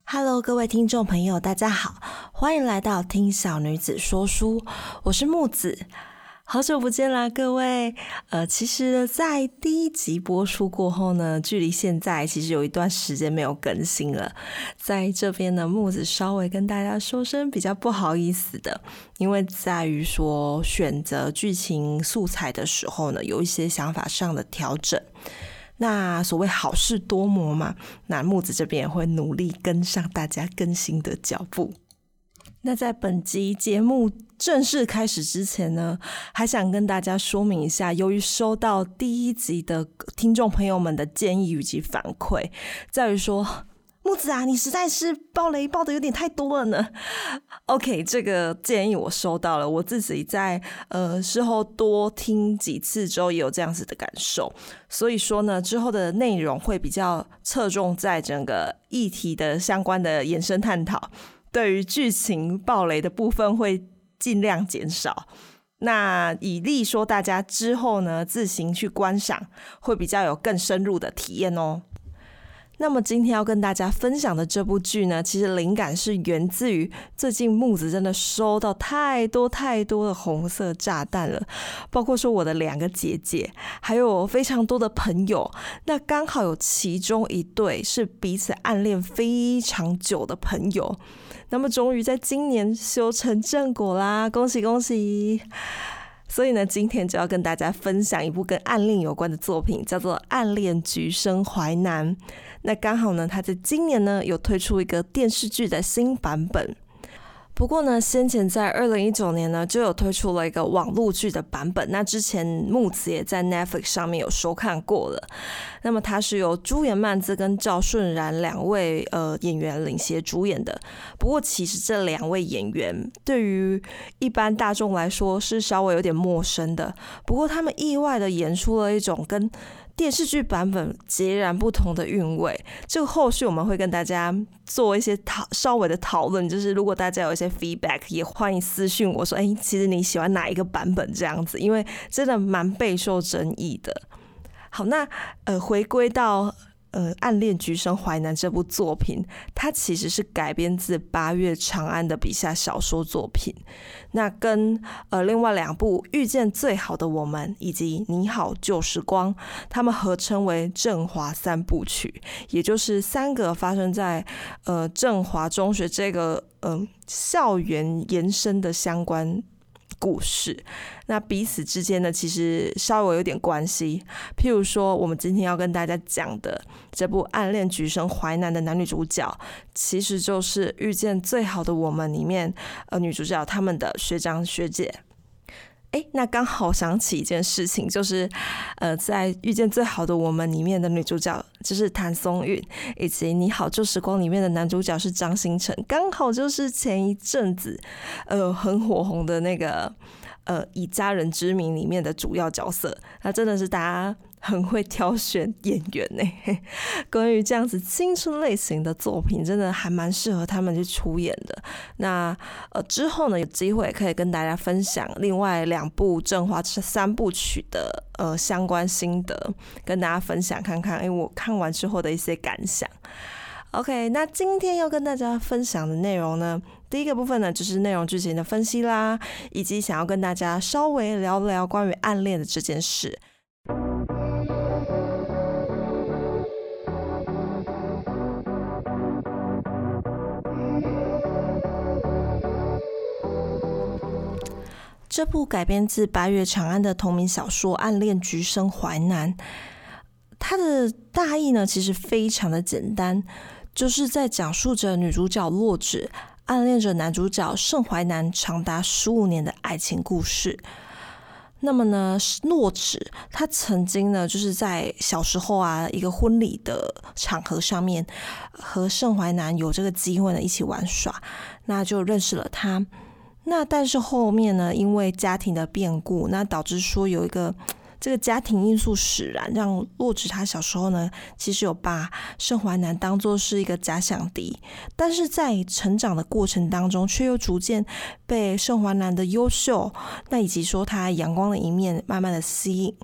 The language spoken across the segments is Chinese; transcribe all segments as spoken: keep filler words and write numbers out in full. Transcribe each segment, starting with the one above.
Hello， 各位听众朋友，大家好，欢迎来到听小女子说书，我是木子，好久不见啦，各位。呃，其实，在第一集播出过后呢，距离现在其实有一段时间没有更新了。在这边呢，木子稍微跟大家说声比较不好意思的，因为在于说选择剧情素材的时候呢，有一些想法上的调整。那所谓好事多磨嘛，那木子这边也会努力跟上大家更新的脚步。那在本集节目正式开始之前呢，还想跟大家说明一下，由于收到第一集的听众朋友们的建议以及反馈，在于说木子啊，你实在是爆雷爆的有点太多了呢。OK， 这个建议我收到了，我自己在呃事后多听几次之后也有这样子的感受，所以说呢，之后的内容会比较侧重在整个议题的相关的延伸探讨，对于剧情爆雷的部分会尽量减少。那以利说大家之后呢自行去观赏，会比较有更深入的体验哦。那么今天要跟大家分享的这部剧呢，其实灵感是源自于最近木子真的收到太多太多的红色炸弹了，包括说我的两个姐姐，还有非常多的朋友，那刚好有其中一对是彼此暗恋非常久的朋友，那么终于在今年修成正果啦，恭喜恭喜！所以呢，今天就要跟大家分享一部跟暗恋有关的作品，叫做《暗恋橘生淮南》。那刚好呢，它在今年呢有推出一个电视剧的新版本。不过呢，先前在二零一九年呢就有推出了一个网络剧的版本，那之前木子也在 Netflix 上面有收看过了。那么它是由朱颜曼姿跟赵顺然两位呃演员领衔主演的。不过其实这两位演员对于一般大众来说是稍微有点陌生的，不过他们意外的演出了一种跟电视剧版本截然不同的韵味，这个后续我们会跟大家做一些讨稍微的讨论，就是如果大家有一些 feedback， 也欢迎私讯我说，哎，其实你喜欢哪一个版本这样子，因为真的蛮备受争议的。好，那呃回归到呃，《暗恋橘生淮南》这部作品，它其实是改编自八月长安的笔下小说作品。那跟呃另外两部《遇见最好的我们》以及《你好旧时光》，他们合称为振华三部曲，也就是三个发生在呃振华中学这个呃校园延伸的相关故事。那彼此之间呢，其实稍微有点关系。譬如说，我们今天要跟大家讲的这部《暗恋橘生淮南》的男女主角，其实就是《遇见最好的我们》里面呃女主角他们的学长学姐。哎，那刚好想起一件事情，就是呃，在《遇见最好的我们》里面的女主角就是谭松韵，以及《你好旧时光》里面的男主角是张新成，刚好就是前一阵子呃很火红的那个呃以家人之名里面的主要角色，那真的是大家很会挑选演员呢。关于这样子青春类型的作品，真的还蛮适合他们去出演的。那呃之后呢，有机会可以跟大家分享另外两部振华三部曲的呃相关心得，跟大家分享看看，因为我看完之后的一些感想。OK， 那今天要跟大家分享的内容呢，第一个部分呢就是内容剧情的分析啦，以及想要跟大家稍微聊聊关于暗恋的这件事。这部改编自八月长安的同名小说《暗恋橘生淮南》，它的大意呢其实非常的简单，就是在讲述着女主角洛枳暗恋着男主角盛淮南长达十五年的爱情故事。那么呢，洛枳他曾经呢就是在小时候啊一个婚礼的场合上面，和盛淮南有这个机会呢一起玩耍，那就认识了他。那但是后面呢，因为家庭的变故，那导致说有一个这个家庭因素使然，让洛枳他小时候呢，其实有把盛淮南当作是一个假想敌，但是在成长的过程当中，却又逐渐被盛淮南的优秀，那以及说他阳光的一面慢慢的吸引。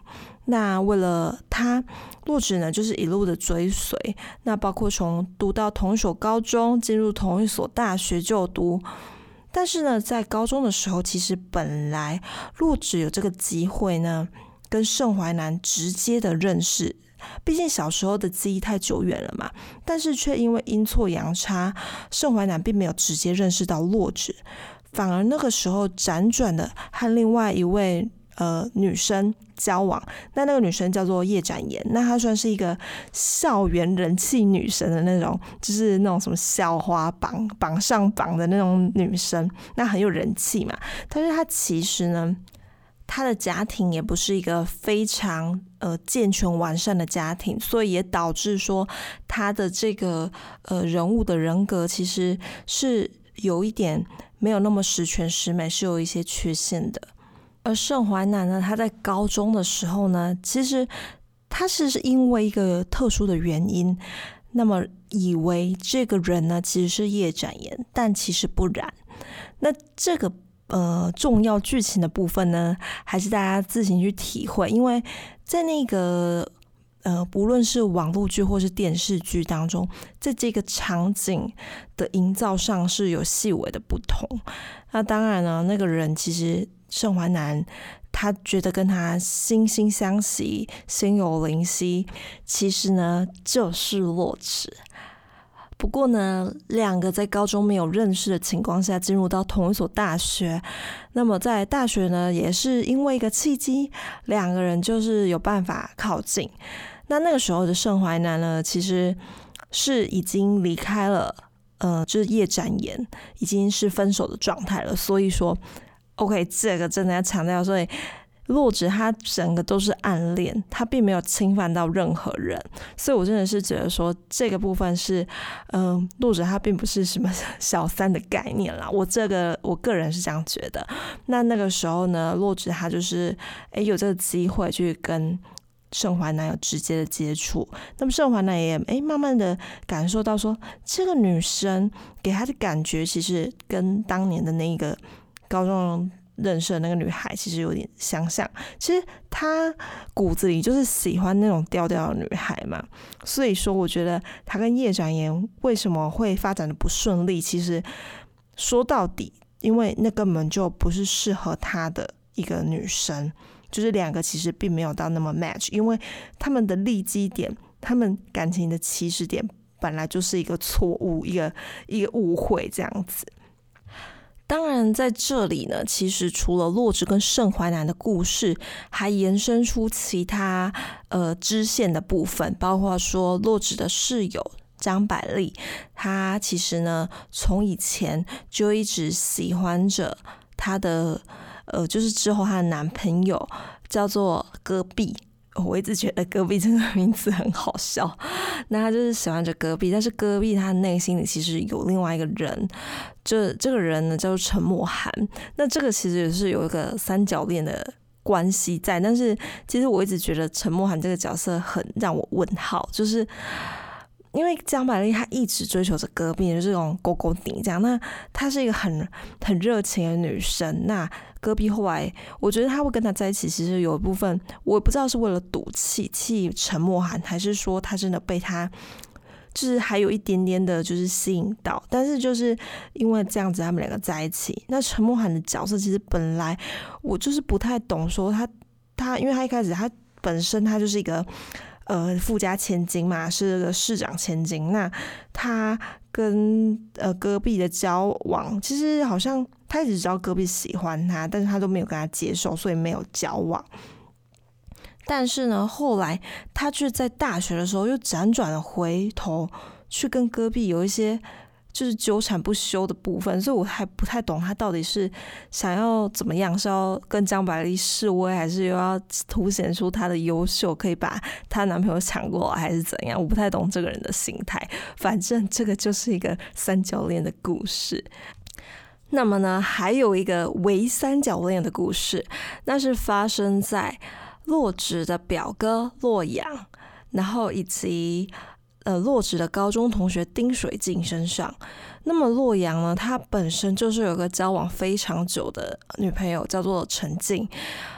那为了他，洛枳呢就是一路的追随，那包括从读到同一所高中，进入同一所大学就读。但是呢，在高中的时候，其实本来洛枳有这个机会呢，跟盛淮南直接的认识。毕竟小时候的记忆太久远了嘛，但是却因为阴错阳差，盛淮南并没有直接认识到洛枳，反而那个时候辗转的和另外一位呃女生交往。那那个女生叫做叶展颜，那她算是一个校园人气女神的那种，就是那种什么校花榜榜上榜的那种女生，那很有人气嘛。但是她其实呢，他的家庭也不是一个非常呃健全完善的家庭，所以也导致说他的这个呃人物的人格其实是有一点没有那么十全十美，是有一些缺陷的。而盛淮南呢，他在高中的时候呢，其实他是因为一个特殊的原因，那么以为这个人呢其实是叶展颜，但其实不然。那这个呃，重要剧情的部分呢，还是大家自行去体会，因为在那个呃，不论是网络剧或是电视剧当中，在这个场景的营造上是有细微的不同。那当然呢，那个人其实盛淮南他觉得跟他惺惺相惜，心有灵犀，其实呢就是洛枳。不过呢，两个在高中没有认识的情况下进入到同一所大学，那么在大学呢，也是因为一个契机，两个人就是有办法靠近。那那个时候的盛淮南呢，其实是已经离开了，呃，就是叶展颜，已经是分手的状态了。所以说 ，OK， 这个真的要强调，所以洛枳他整个都是暗恋，他并没有侵犯到任何人，所以我真的是觉得说这个部分是，嗯、呃，洛枳他并不是什么小三的概念啦，我这个我个人是这样觉得。那那个时候呢，洛枳他就是哎有这个机会去跟盛淮南有直接的接触，那么盛淮南也哎慢慢的感受到说，这个女生给他的感觉其实跟当年的那个高中认识的那个女孩其实有点相像，其实她骨子里就是喜欢那种调调的女孩嘛，所以说我觉得她跟叶展颜为什么会发展的不顺利，其实说到底，因为那根本就不是适合她的一个女生，就是两个其实并没有到那么 match， 因为他们的立基点，他们感情的起始点本来就是一个错误，一个一个误会这样子。当然在这里呢，其实除了洛枳跟盛淮南的故事，还延伸出其他呃支线的部分，包括说洛枳的室友张百丽，她其实呢从以前就一直喜欢着她的呃，就是之后她的男朋友叫做戈壁。我一直觉得戈壁这个名字很好笑，那他就是喜欢着戈壁，但是戈壁他内心里其实有另外一个人，这这个人呢叫做陈默涵，那这个其实也是有一个三角恋的关系在，但是其实我一直觉得陈默涵这个角色很让我问号，就是因为张百丽她一直追求着戈壁，就是这种勾勾顶这样，那她是一个很很热情的女生，那戈壁后来我觉得她会跟她在一起，其实有一部分我也不知道是为了赌气气陈默涵，还是说她真的被他就是还有一点点的就是吸引到，但是就是因为这样子他们两个在一起。那陈默涵的角色其实本来我就是不太懂，说他他因为他一开始他本身他就是一个呃富家千金嘛，是个市长千金，那他跟呃戈壁的交往，其实好像他一直知道戈壁喜欢他，但是他都没有跟他接受，所以没有交往。但是呢，后来他却在大学的时候又辗转的回头去跟戈壁有一些就是纠缠不休的部分，所以我还不太懂他到底是想要怎么样，是要跟张百丽示威，还是又要凸显出他的优秀，可以把她男朋友抢过来，还是怎样？我不太懂这个人的心态。反正这个就是一个三角恋的故事。那么呢，还有一个伪三角恋的故事，那是发生在洛枳的表哥洛阳，然后以及呃洛枳的高中同学丁水镜身上。那么洛阳呢，他本身就是有个交往非常久的女朋友，叫做陈静。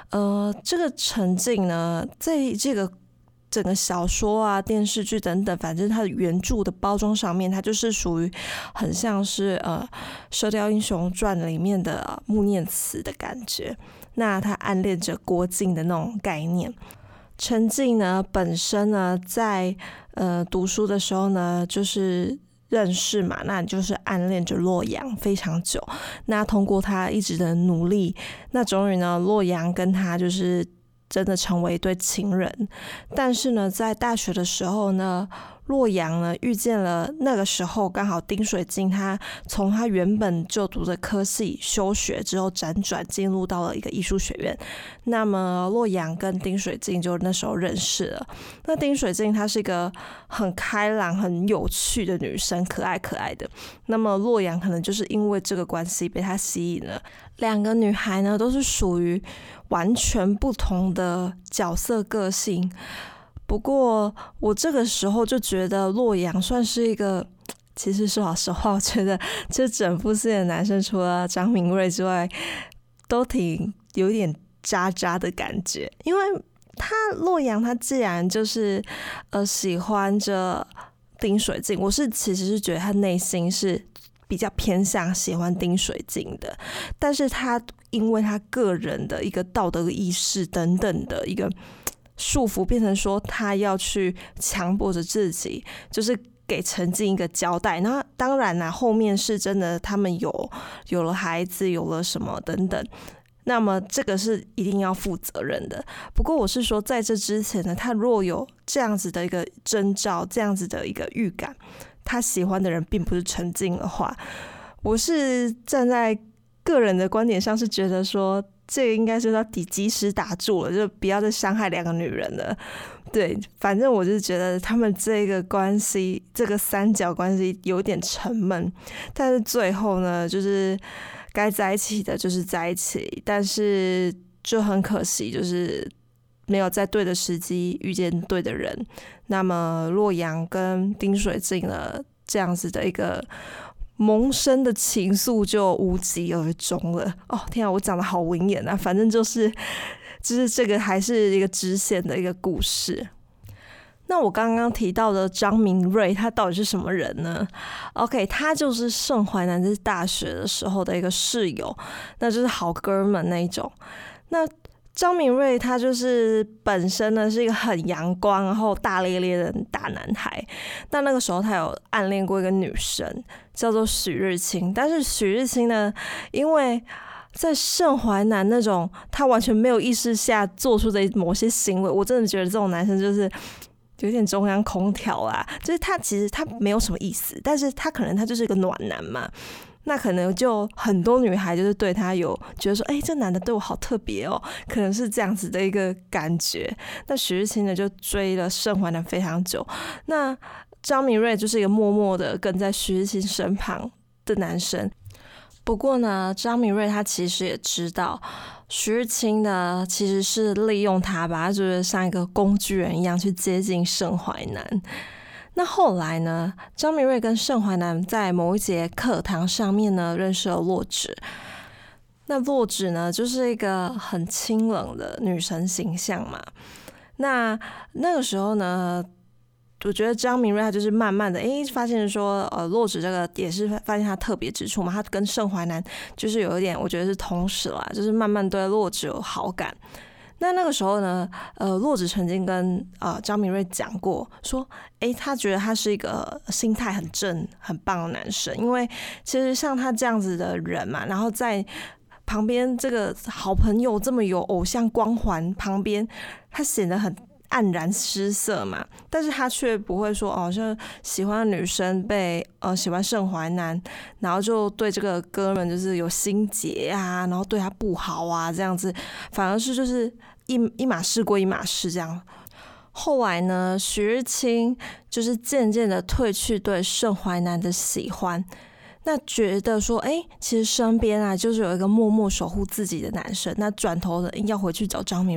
呃，这个陈静呢，在这个整个小说啊、电视剧等等，反正它的原著的包装上面，它就是属于很像是呃《射雕英雄传》里面的穆念慈的感觉。那它暗恋着郭靖的那种概念。陈静呢，本身呢，在呃读书的时候呢，就是认识嘛，那你就是暗恋着洛阳非常久。那通过他一直的努力，那终于呢，洛阳跟他就是真的成为一对情人。但是呢，在大学的时候呢，洛阳呢遇见了那个时候刚好丁水晶，他从他原本就读的科系休学之后，辗转进入到了一个艺术学院。那么洛阳跟丁水晶就那时候认识了。那丁水晶她是一个很开朗、很有趣的女生，可爱可爱的。那么洛阳可能就是因为这个关系被她吸引了。两个女孩呢都是属于完全不同的角色个性。不过我这个时候就觉得洛阳算是一个，其实说老实话，我觉得这整部戏的男生除了张明瑞之外，都挺有点渣渣的感觉。因为他洛阳他既然就是呃喜欢着丁水晶，我是其实是觉得他内心是比较偏向喜欢丁水晶的，但是他因为他个人的一个道德意识等等的一个束缚，变成说他要去强迫着自己，就是给陈静一个交代。那当然啦，后面是真的他们有有了孩子，有了什么等等，那么这个是一定要负责任的。不过我是说，在这之前呢，他若有这样子的一个征兆，这样子的一个预感，他喜欢的人并不是陈静的话，我是站在个人的观点上是觉得说，这个应该是要及时打住了，就不要再伤害两个女人了。对，反正我就觉得他们这个关系，这个三角关系有点沉闷，但是最后呢，就是该在一起的就是在一起，但是就很可惜，就是没有在对的时机遇见对的人。那么洛阳跟丁水晶呢，这样子的一个萌生的情愫就无疾而终了。哦，天啊，我讲的好文言啊！反正就是，就是这个还是一个支线的一个故事。那我刚刚提到的张明瑞，他到底是什么人呢 ？OK， 他就是盛淮南在大学的时候的一个室友，那就是好哥们那一种。那张明瑞他就是本身呢是一个很阳光然后大咧咧的大男孩。那那个时候他有暗恋过一个女生叫做许日清，但是许日清呢，因为在盛淮南那种他完全没有意识下做出的某些行为，我真的觉得这种男生就是有点中央空调啦，就是他其实他没有什么意思，但是他可能他就是一个暖男嘛。那可能就很多女孩就是对他有觉得说，哎、欸，这男的对我好特别哦，可能是这样子的一个感觉。那许日清呢就追了盛淮南非常久。那张明瑞就是一个默默的跟在许日清身旁的男生。不过呢，张明瑞他其实也知道许日清呢其实是利用他，把他就是像一个工具人一样去接近盛淮南。那后来呢，张明瑞跟盛淮南在某一节课堂上面呢认识了洛枳。那洛枳呢就是一个很清冷的女神形象嘛。那那个时候呢，我觉得张明瑞他就是慢慢的诶发现说，呃，洛枳这个也是发现他特别之处嘛，他跟盛淮南就是有一点我觉得是同时啦，就是慢慢对洛枳有好感。那那个时候呢，呃，洛枳曾经跟呃张明瑞讲过，说，诶，他觉得他是一个心态很正、很棒的男生，因为其实像他这样子的人嘛，然后在旁边这个好朋友这么有偶像光环旁边，他显得很黯然失色嘛，但是他却不会说哦，像喜欢的女生被呃喜欢盛淮南，然后就对这个哥们就是有心结啊，然后对他不好啊这样子，反而是就是一一码事归一码事这样。后来呢，许日清就是渐渐的褪去对盛淮南的喜欢，那觉得说，哎、欸，其实身边啊就是有一个默默守护自己的男生，那转头的要回去找张明瑞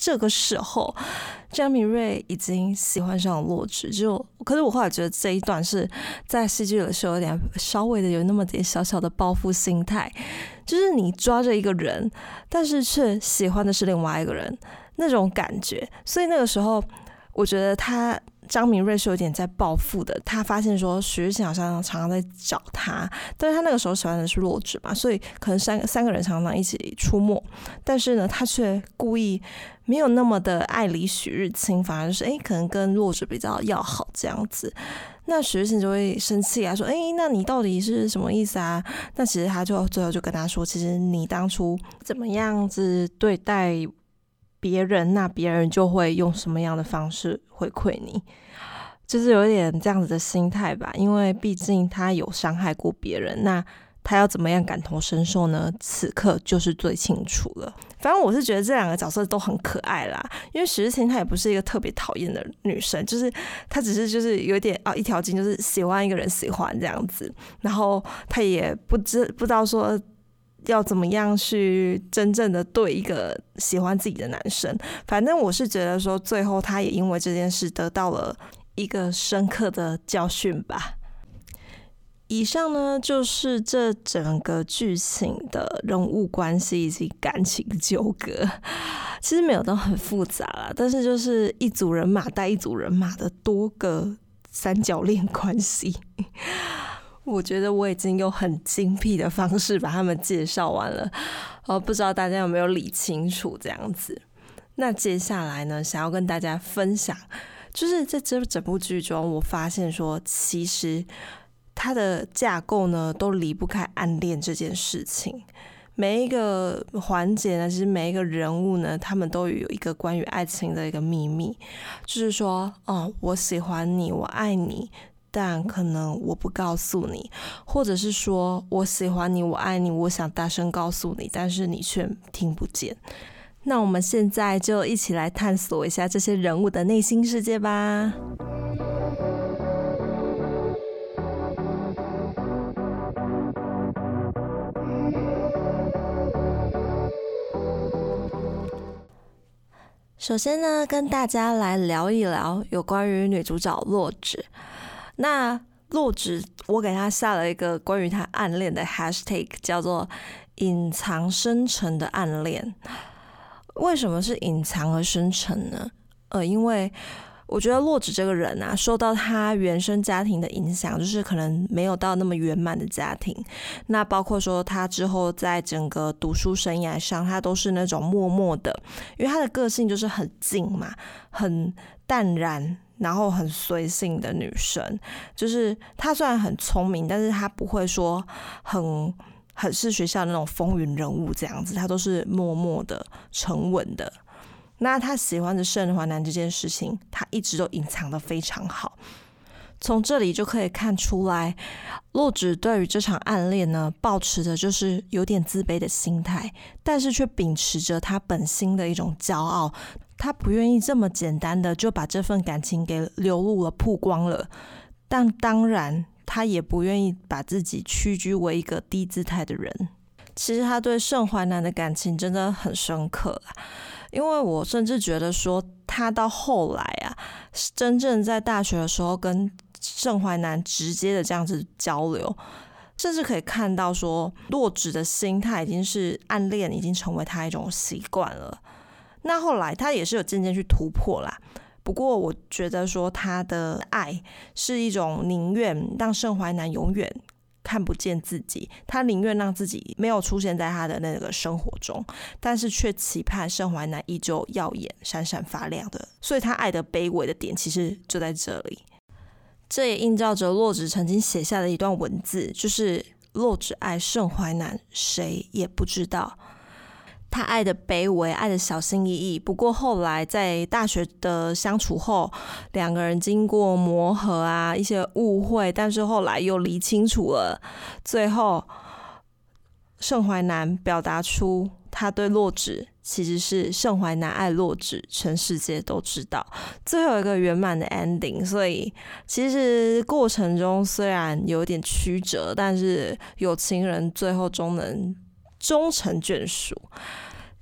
这个时候张敏瑞已经喜欢上了洛枳，就可是我后来觉得这一段是在戏剧的时候有点稍微的有那么点小小的报复心态，就是你抓着一个人，但是却喜欢的是另外一个人那种感觉。所以那个时候我觉得他张敏瑞是有点在报复的，他发现说许日清好像常常在找他，但是他那个时候喜欢的是洛枳嘛，所以可能三三个人常常一起出没，但是呢他却故意没有那么的爱理许日清，反而是哎可能跟洛枳比较要好这样子。那许日清就会生气啊，说哎那你到底是什么意思啊？那其实他就最后就跟他说，其实你当初怎么样子对待别人，那别人就会用什么样的方式回馈你，就是有点这样子的心态吧。因为毕竟他有伤害过别人，那他要怎么样感同身受呢？此刻就是最清楚了。反正我是觉得这两个角色都很可爱啦，因为许日清她也不是一个特别讨厌的女生，就是她只是就是有点啊一条筋，就是喜欢一个人喜欢这样子，然后她也不知不知道说要怎么样去真正的对一个喜欢自己的男生。反正我是觉得说最后他也因为这件事得到了一个深刻的教训吧。以上呢就是这整个剧情的人物关系以及感情纠葛，其实没有到很复杂啦，但是就是一组人马带一组人马的多个三角恋关系我觉得我已经用很精辟的方式把他们介绍完了，呃，不知道大家有没有理清楚这样子。那接下来呢，想要跟大家分享，就是在这整部剧中，我发现说，其实它的架构呢，都离不开暗恋这件事情。每一个环节呢，其实每一个人物呢，他们都有一个关于爱情的一个秘密，就是说，哦，我喜欢你，我爱你。但可能我不告诉你，或者是说我喜欢你，我爱你，我想大声告诉你，但是你却听不见。那我们现在就一起来探索一下这些人物的内心世界吧。首先呢，跟大家来聊一聊有关于女主角洛枳。那洛枳我给他下了一个关于他暗恋的 hashtag， 叫做隐藏深沉的暗恋。为什么是隐藏而深沉呢？呃，因为我觉得洛枳这个人啊，受到他原生家庭的影响，就是可能没有到那么圆满的家庭。那包括说他之后在整个读书生涯上，他都是那种默默的，因为他的个性就是很静嘛，很淡然。然后很随性的女生，就是她虽然很聪明，但是她不会说很很是学校的那种风云人物这样子，她都是默默的、沉稳的。那她喜欢的盛淮南这件事情，她一直都隐藏得非常好。从这里就可以看出来，洛枳对于这场暗恋呢，抱持着就是有点自卑的心态，但是却秉持着他本心的一种骄傲。他不愿意这么简单的就把这份感情给流露了、曝光了，但当然他也不愿意把自己屈居为一个低姿态的人。其实他对盛淮南的感情真的很深刻啦，因为我甚至觉得说他到后来啊，真正在大学的时候跟盛淮南直接的这样子交流，甚至可以看到说洛枳的心态已经是暗恋，已经成为他一种习惯了。那后来他也是有渐渐去突破啦，不过我觉得说他的爱是一种宁愿让盛淮南永远看不见自己，他宁愿让自己没有出现在他的那个生活中，但是却期盼盛淮南依旧耀眼闪闪发亮的，所以他爱的卑微的点其实就在这里。这也映照着洛枳曾经写下的一段文字，就是洛枳爱盛淮南，谁也不知道。他爱的卑微，爱的小心翼翼，不过后来在大学的相处后，两个人经过磨合啊，一些误会，但是后来又理清楚了，最后盛淮南表达出他对洛枳其实是盛淮南爱洛枳，全世界都知道，最后一个圆满的 ending。 所以其实过程中虽然有点曲折，但是有情人最后终能终成眷属。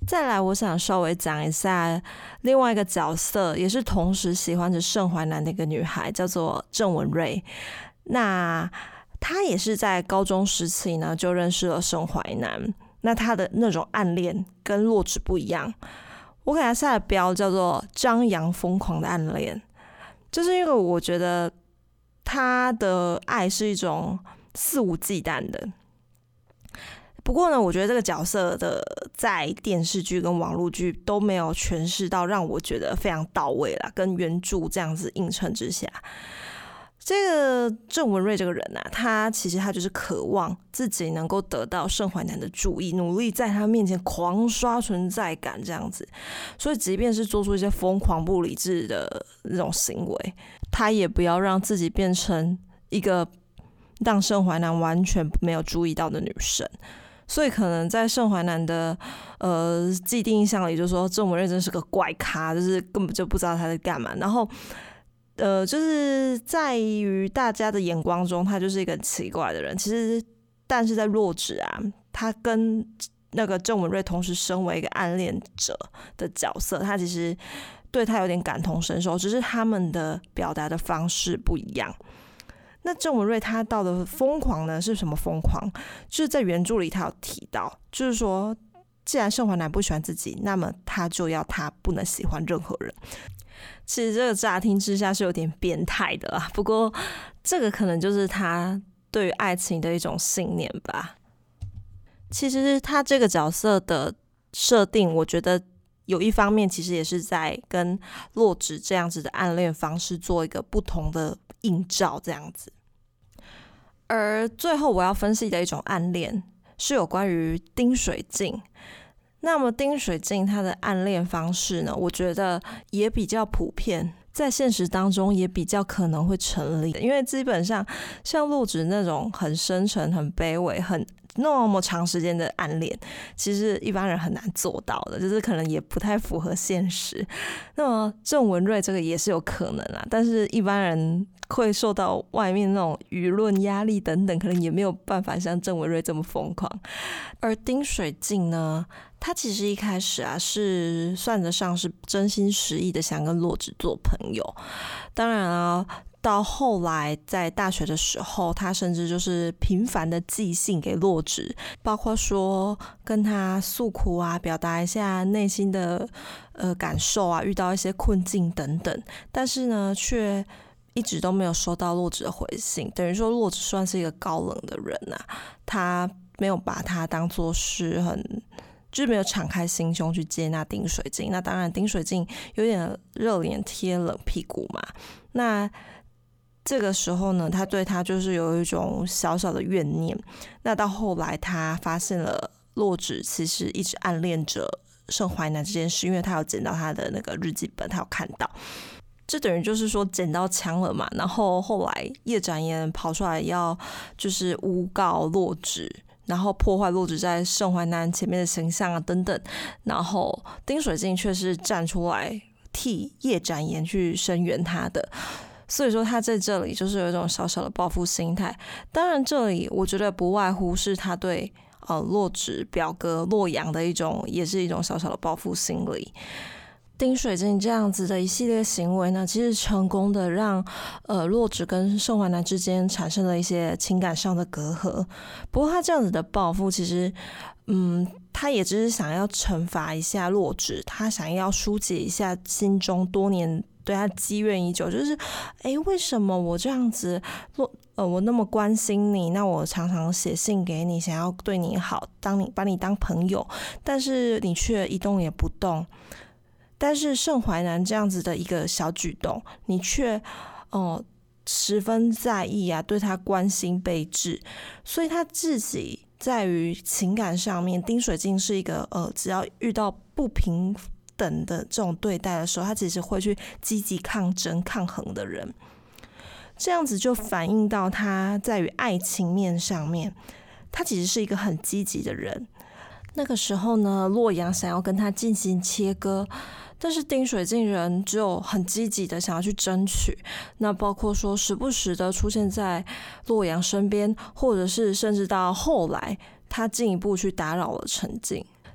再来，我想稍微讲一下另外一个角色，也是同时喜欢着盛淮南的一个女孩，叫做郑文瑞。那她也是在高中时期呢就认识了盛淮南，那她的那种暗恋跟洛枳不一样，我给她下的标叫做张扬疯狂的暗恋，就是因为我觉得她的爱是一种肆无忌惮的。不过呢，我觉得这个角色的在电视剧跟网络剧都没有诠释到让我觉得非常到位啦，跟原著这样子映衬之下，这个郑文瑞这个人啊，他其实他就是渴望自己能够得到盛淮南的注意，努力在他面前狂刷存在感这样子，所以即便是做出一些疯狂不理智的那种行为，他也不要让自己变成一个让盛淮南完全没有注意到的女生。所以可能在盛淮南的呃既定印象里，就说郑文瑞真是个怪咖，就是根本就不知道他在干嘛。然后呃，就是在于大家的眼光中，他就是一个很奇怪的人。其实，但是在洛枳啊，他跟那个郑文瑞同时身为一个暗恋者的角色，他其实对他有点感同身受，只是他们的表达的方式不一样。那郑文瑞他到的疯狂呢是什么疯狂？就是在原著里他有提到，就是说既然盛淮南不喜欢自己，那么他就要他不能喜欢任何人。其实这个乍听之下是有点变态的啦，不过这个可能就是他对于爱情的一种信念吧。其实他这个角色的设定，我觉得有一方面其实也是在跟洛枳这样子的暗恋方式做一个不同的映照这样子。而最后我要分析的一种暗恋是有关于丁水镜。那么丁水镜他的暗恋方式呢，我觉得也比较普遍，在现实当中也比较可能会成立，因为基本上像洛枳那种很深沉很卑微很那么长时间的暗恋，其实一般人很难做到的，就是可能也不太符合现实。那么郑文瑞这个也是有可能啦，但是一般人会受到外面那种舆论压力等等，可能也没有办法像郑文瑞这么疯狂。而丁水镜呢，他其实一开始啊是算得上是真心实意的想跟洛枳做朋友，当然啊到后来在大学的时候，他甚至就是频繁的寄信给洛枳，包括说跟他诉苦啊，表达一下内心的呃感受啊，遇到一些困境等等，但是呢却一直都没有收到洛枳的回信，等于说洛枳算是一个高冷的人啊，他没有把他当作是很就是没有敞开心胸去接纳丁水镜。那当然丁水镜有点热脸贴冷屁股嘛，那这个时候呢，他对他就是有一种小小的怨念。那到后来他发现了洛枳其实一直暗恋着盛淮南这件事，因为他有捡到他的那个日记本，他有看到，这等于就是说捡到枪了嘛。然后后来叶展言跑出来要就是诬告洛枳，然后破坏洛枳在盛淮南前面的形象啊等等，然后丁水镜却是站出来替叶展言去声援他的。所以说他在这里就是有一种小小的报复心态，当然这里我觉得不外乎是他对呃洛枳表哥洛阳的一种也是一种小小的报复心理。丁水镜这样子的一系列行为呢，其实成功的让呃洛枳跟盛淮南之间产生了一些情感上的隔阂。不过他这样子的报复其实嗯他也只是想要惩罚一下洛枳，他想要疏解一下心中多年对他积怨已久，就是哎，为什么我这样子呃，我那么关心你，那我常常写信给你，想要对你好，当你把你当朋友，但是你却一动也不动。但是盛淮南这样子的一个小举动，你却哦、呃、十分在意啊，对他关心备至，所以他自己在于情感上面，丁水镜是一个呃，只要遇到不平等的这种对待的时候，他其实会去积极抗争、抗衡的人。这样子就反映到他在于爱情面上面，他其实是一个很积极的人。那个时候呢，洛阳想要跟他进行切割，但是丁水镜人只有很积极的想要去争取，那包括说时不时的出现在洛阳身边，或者是甚至到后来他进一步去打扰了陈静。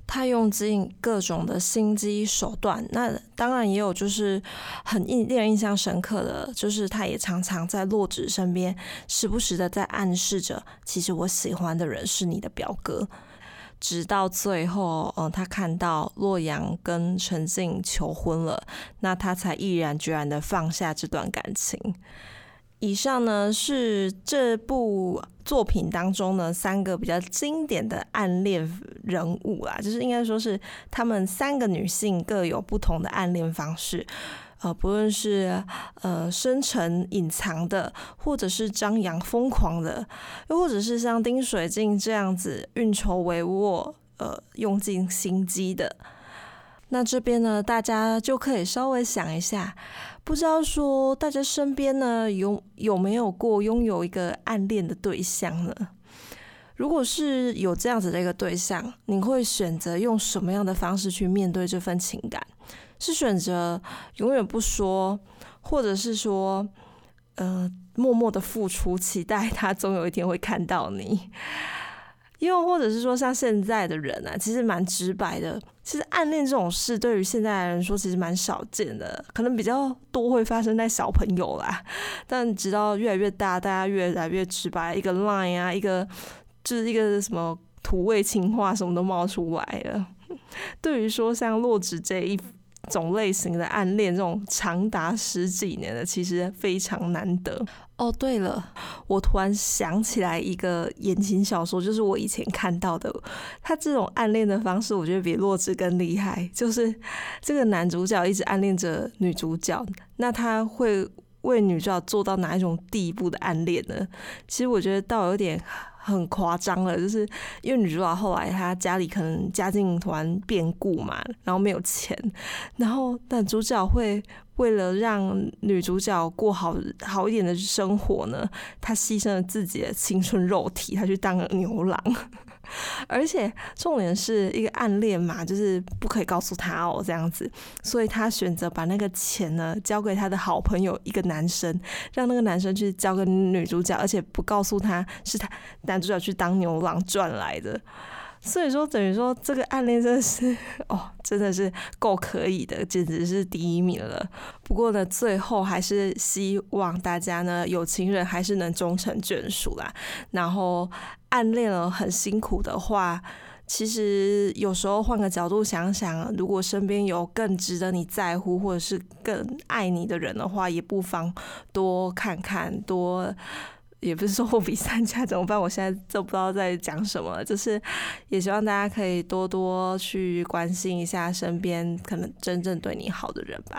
他用尽各种的心机手段，那当然也有就是很印令人印象深刻的，就是他也常常在洛枳身边，时不时的在暗示着，其实我喜欢的人是你的表哥。直到最后，呃，他看到洛阳跟陈静求婚了，那他才毅然决然的放下这段感情。以上呢是这部作品当中呢三个比较经典的暗恋人物啦，就是应该说是他们三个女性各有不同的暗恋方式，呃，不论是呃深沉隐藏的，或者是张扬疯狂的，又或者是像丁水静这样子运筹帷幄，呃，用尽心机的。那这边呢，大家就可以稍微想一下，不知道说大家身边呢有有没有过拥有一个暗恋的对象呢？如果是有这样子的一个对象，你会选择用什么样的方式去面对这份情感？是选择永远不说，或者是说，呃，默默的付出，期待他总有一天会看到你？又或者是说，像现在的人啊，其实蛮直白的。其实暗恋这种事，对于现在的人说，其实蛮少见的，可能比较多会发生在小朋友啦。但直到越来越大，大家越来越直白，一个 line 啊，一个就是一个什么土味情话，什么都冒出来了。对于说像洛枳这一种类型的暗恋，这种长达十几年的，其实非常难得。哦，对了，我突然想起来一个言情小说，就是我以前看到的，他这种暗恋的方式，我觉得比洛枳更厉害。就是这个男主角一直暗恋着女主角，那他会为女主角做到哪一种地步的暗恋呢？其实我觉得倒有点很夸张了，就是因为女主角后来她家里可能家境突然变故嘛，然后没有钱，然后男主角会为了让女主角过好好一点的生活呢，他牺牲了自己的青春肉体，他去当了牛郎。而且重点是一个暗恋嘛，就是不可以告诉他哦，这样子，所以他选择把那个钱呢交给他的好朋友一个男生，让那个男生去交给女主角，而且不告诉他是他男主角去当牛郎赚来的。所以说，等于说这个暗恋真的是哦，真的是够可以的，简直是第一名了。不过呢，最后还是希望大家呢，有情人还是能终成眷属啦。然后暗恋了很辛苦的话，其实有时候换个角度想想，如果身边有更值得你在乎或者是更爱你的人的话，也不妨多看看，多。也不是说货比三家怎么办？我现在都不知道在讲什么，就是也希望大家可以多多去关心一下身边可能真正对你好的人吧。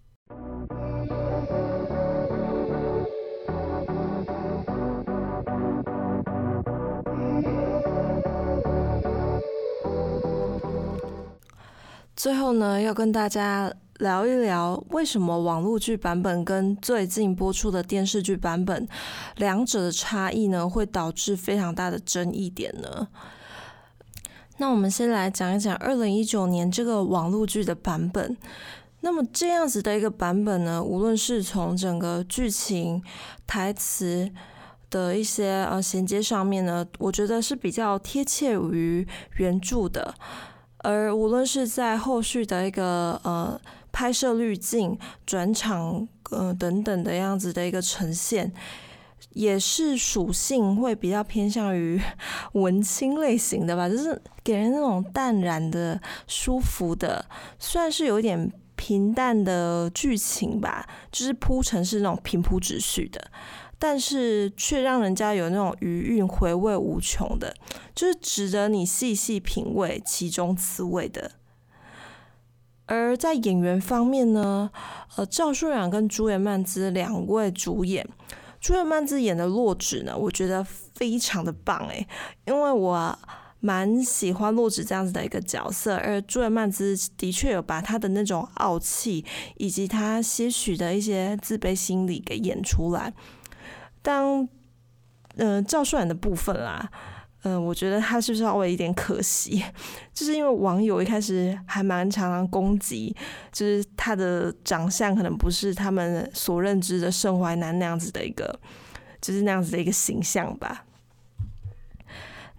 最后呢，要跟大家聊一聊为什么网络剧版本跟最近播出的电视剧版本两者的差异呢，会导致非常大的争议点呢？那我们先来讲一讲二零一九年这个网络剧的版本。那么这样子的一个版本呢，无论是从整个剧情、台词的一些呃衔接上面呢，我觉得是比较贴切于原著的。而无论是在后续的一个呃拍摄滤镜、转场呃等等的样子的一个呈现，也是属性会比较偏向于文青类型的吧，就是给人那种淡然的、舒服的，虽然是有一点平淡的剧情吧，就是铺陈是那种平铺直叙的。但是却让人家有那种余韵回味无穷的，就是值得你细细品味其中滋味的。而在演员方面呢，呃，赵舜烊跟朱颜曼姿两位主演，朱颜曼姿演的洛枳呢，我觉得非常的棒诶，因为我蛮喜欢洛枳这样子的一个角色，而朱颜曼姿的确有把他的那种傲气以及他些许的一些自卑心理给演出来。当呃赵舜烊的部分啦，嗯、呃，我觉得他是稍微有一点可惜，就是因为网友一开始还蛮常常攻击，就是他的长相可能不是他们所认知的盛淮南那样子的一个，就是那样子的一个形象吧。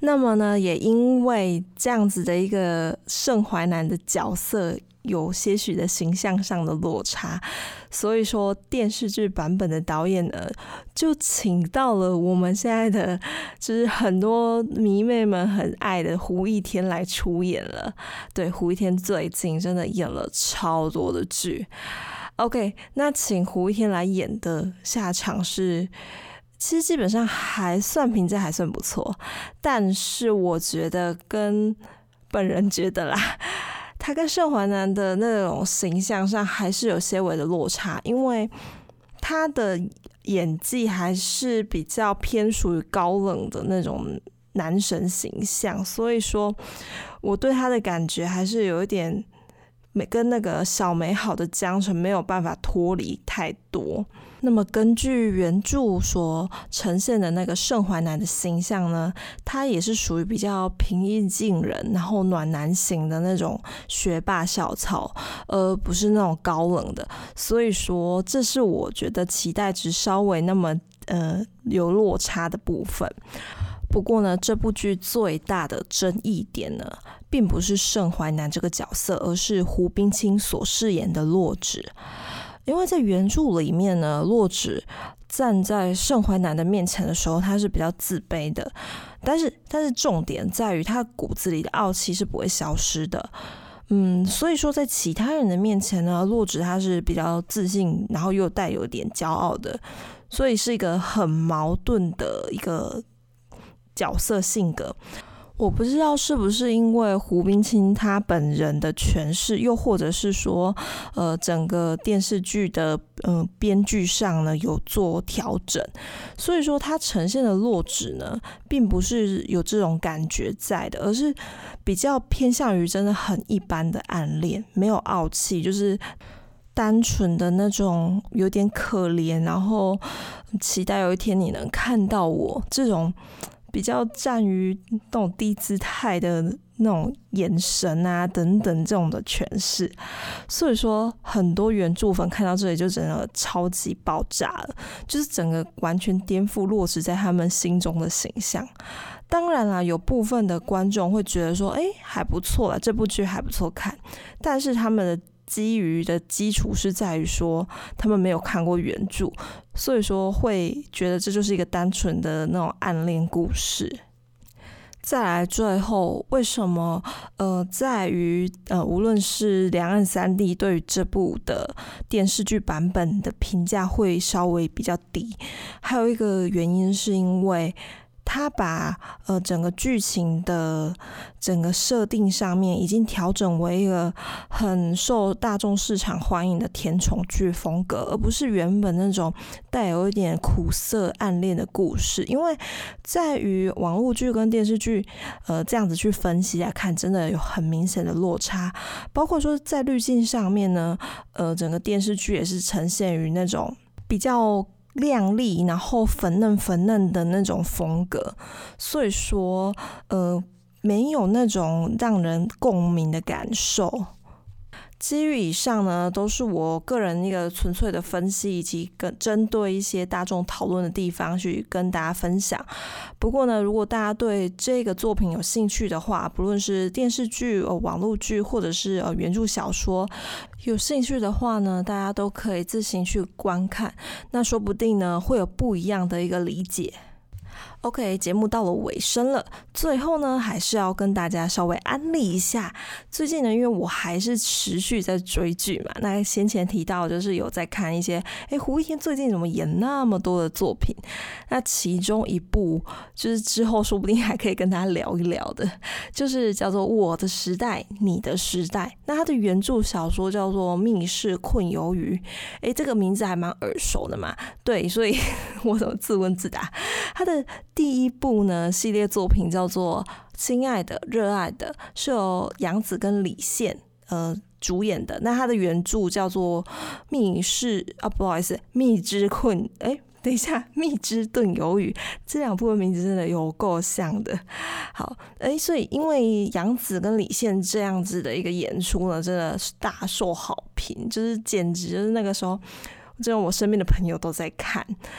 那么呢，也因为这样子的一个盛淮南的角色有些许的形象上的落差，所以说电视剧版本的导演呢，就请到了我们现在的就是很多迷妹们很爱的胡一天来出演了。对，胡一天最近真的演了超多的剧。OK， 那请胡一天来演的下场是，其实基本上还算评价还算不错，但是我觉得跟本人觉得啦，他跟盛淮南的那种形象上还是有些微的落差，因为他的演技还是比较偏属于高冷的那种男神形象，所以说我对他的感觉还是有一点跟那个小美好的江澄没有办法脱离太多。那么根据原著所呈现的那个盛淮南的形象呢，他也是属于比较平易近人，然后暖男型的那种学霸校草，而不是那种高冷的。所以说这是我觉得期待值稍微那么呃有落差的部分。不过呢，这部剧最大的争议点呢，并不是盛淮南这个角色，而是胡冰卿所饰演的洛枳。因为在原著里面呢，洛枳站在盛淮南的面前的时候，他是比较自卑的，但是但是重点在于他骨子里的傲气是不会消失的。嗯，所以说在其他人的面前呢，洛枳他是比较自信，然后又带有点骄傲的，所以是一个很矛盾的一个角色性格。我不知道是不是因为胡冰卿他本人的诠释，又或者是说，呃，整个电视剧的呃编剧上呢有做调整，所以说他呈现的洛枳呢，并不是有这种感觉在的，而是比较偏向于真的很一般的暗恋，没有傲气，就是单纯的那种有点可怜，然后期待有一天你能看到我这种。比较站于那种低姿态的那种眼神啊等等这种的诠释，所以说很多原著粉看到这里就真的超级爆炸了，就是整个完全颠覆洛枳在他们心中的形象。当然啦，有部分的观众会觉得说，哎，还不错啦，这部剧还不错看，但是他们的基于的基础是在于说他们没有看过原著，所以说会觉得这就是一个单纯的那种暗恋故事。再来最后，为什么呃在于呃无论是两岸三地对于这部的电视剧版本的评价会稍微比较低，还有一个原因是因为他把呃整个剧情的整个设定上面已经调整为一个很受大众市场欢迎的甜宠剧风格，而不是原本那种带有一点苦涩暗恋的故事。因为在于网络剧跟电视剧呃这样子去分析来看，真的有很明显的落差。包括说在滤镜上面呢，呃整个电视剧也是呈现于那种比较亮丽，然后粉嫩粉嫩的那种风格，所以说呃没有那种让人共鸣的感受。基于以上呢，都是我个人一个纯粹的分析，以及跟针对一些大众讨论的地方去跟大家分享。不过呢，如果大家对这个作品有兴趣的话，不论是电视剧、呃、网络剧，或者是呃原著小说，有兴趣的话呢，大家都可以自行去观看。那说不定呢，会有不一样的一个理解。OK， 节目到了尾声了，最后呢，还是要跟大家稍微安利一下。最近呢，因为我还是持续在追剧嘛，那先前提到就是有在看一些，哎，胡一天最近怎么演那么多的作品？那其中一部就是之后说不定还可以跟大家聊一聊的，就是叫做《我的时代，你的时代》。那它的原著小说叫做《密室困鱿鱼》，哎，这个名字还蛮耳熟的嘛。对，所以我怎么自问自答？它的第一部呢系列作品叫做《亲爱的热爱的》，是由杨紫跟李现呃主演的。那它的原著叫做《密室》啊，不好意思，《蜜汁困》哎。等一下，蜜汁炖鱿鱼这两部的名字真的有够像的。好，哎，所以因为杨紫跟李现这样子的一个演出呢，真的是大受好评，就是简直就是那个时候，真的我身边的朋友都在看。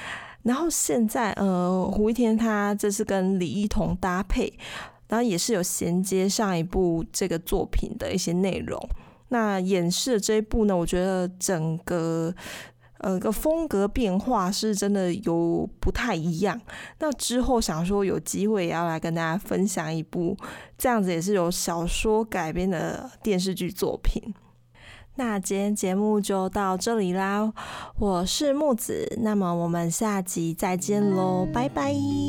然后现在呃，胡一天他这是跟李一桐搭配，然后也是有衔接上一部这个作品的一些内容。那演示的这一部呢，我觉得整个呃个风格变化是真的有不太一样。那之后想说有机会也要来跟大家分享一部这样子也是由小说改编的电视剧作品。那今天节目就到这里啦，我是木子，那么我们下集再见咯，拜拜。